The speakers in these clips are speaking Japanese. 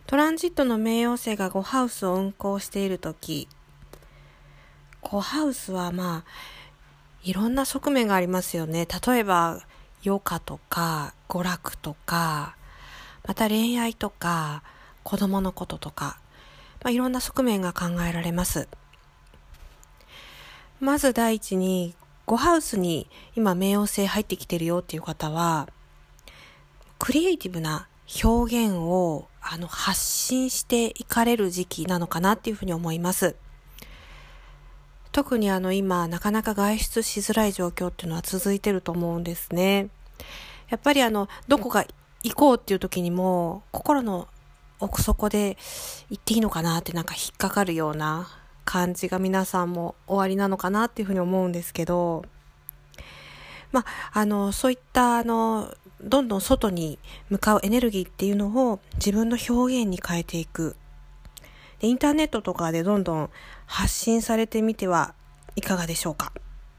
トランジットの冥王星が5ハウスを運行しているとき、5ハウスはいろんな側面がありますよね。例えば余暇とか娯楽とか、また恋愛とか子供のこととか、いろんな側面が考えられます。まず第一に5ハウスに今冥王星入ってきてるよっていう方は、クリエイティブな表現を発信していかれる時期なのかなっていうふうに思います。特に今なかなか外出しづらい状況っていうのは続いてると思うんですね。やっぱりどこか行こうっていう時にも心の奥底で行っていいのかなって引っかかるような感じが皆さんもおありなのかなっていうふうに思うんですけど、そういったどんどん外に向かうエネルギーっていうのを自分の表現に変えていく。で、インターネットとかでどんどん発信されてみてはいかがでしょうか。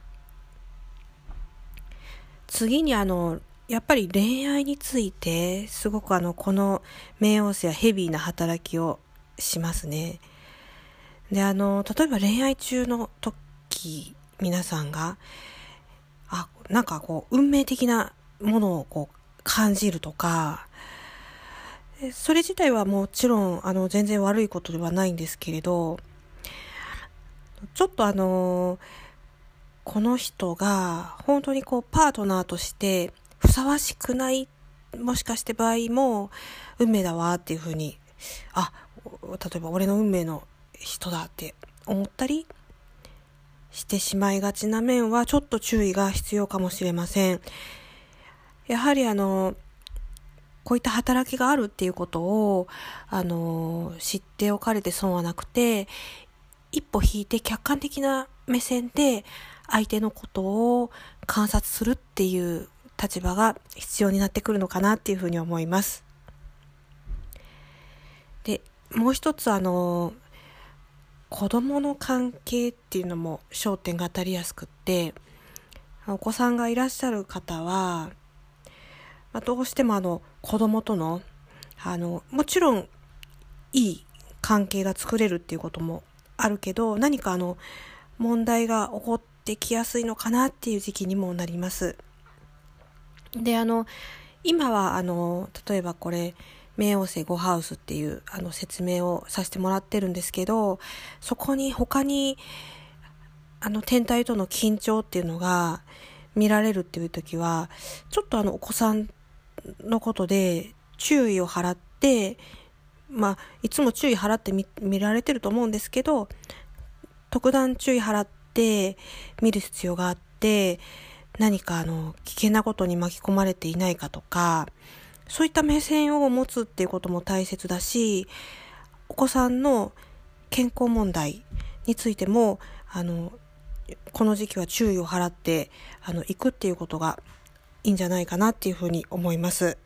次にやっぱり恋愛についてすごくこの冥王星はヘビーな働きをしますね。で、例えば恋愛中の時、皆さんが運命的なものを感じるとか、それ自体はもちろん全然悪いことではないんですけれど、ちょっとこの人が本当にパートナーとしてふさわしくない、もしかして場合も運命だわっていうふうに、例えば俺の運命の人だって思ったりしてしまいがちな面はちょっと注意が必要かもしれません。やはりこういった働きがあるっていうことを知っておかれて損はなくて、一歩引いて客観的な目線で相手のことを観察するっていう立場が必要になってくるのかなっていうふうに思います。で、もう一つ子供の関係っていうのも焦点が当たりやすくって、お子さんがいらっしゃる方は、どうしても子供とのもちろんいい関係が作れるっていうこともあるけど、何か問題が起こってきやすいのかなっていう時期にもなります。で、今は例えばこれ冥王星5ハウスっていう説明をさせてもらってるんですけど、そこに他に天体との緊張っていうのが見られるっていう時は、ちょっとお子さんのことで注意を払って、いつも注意払って見られてると思うんですけど、特段注意払って見る必要があって、何か危険なことに巻き込まれていないかとか、そういった目線を持つっていうことも大切だし、お子さんの健康問題についてもこの時期は注意を払っていくっていうことがいいんじゃないかなっていうふうに思います。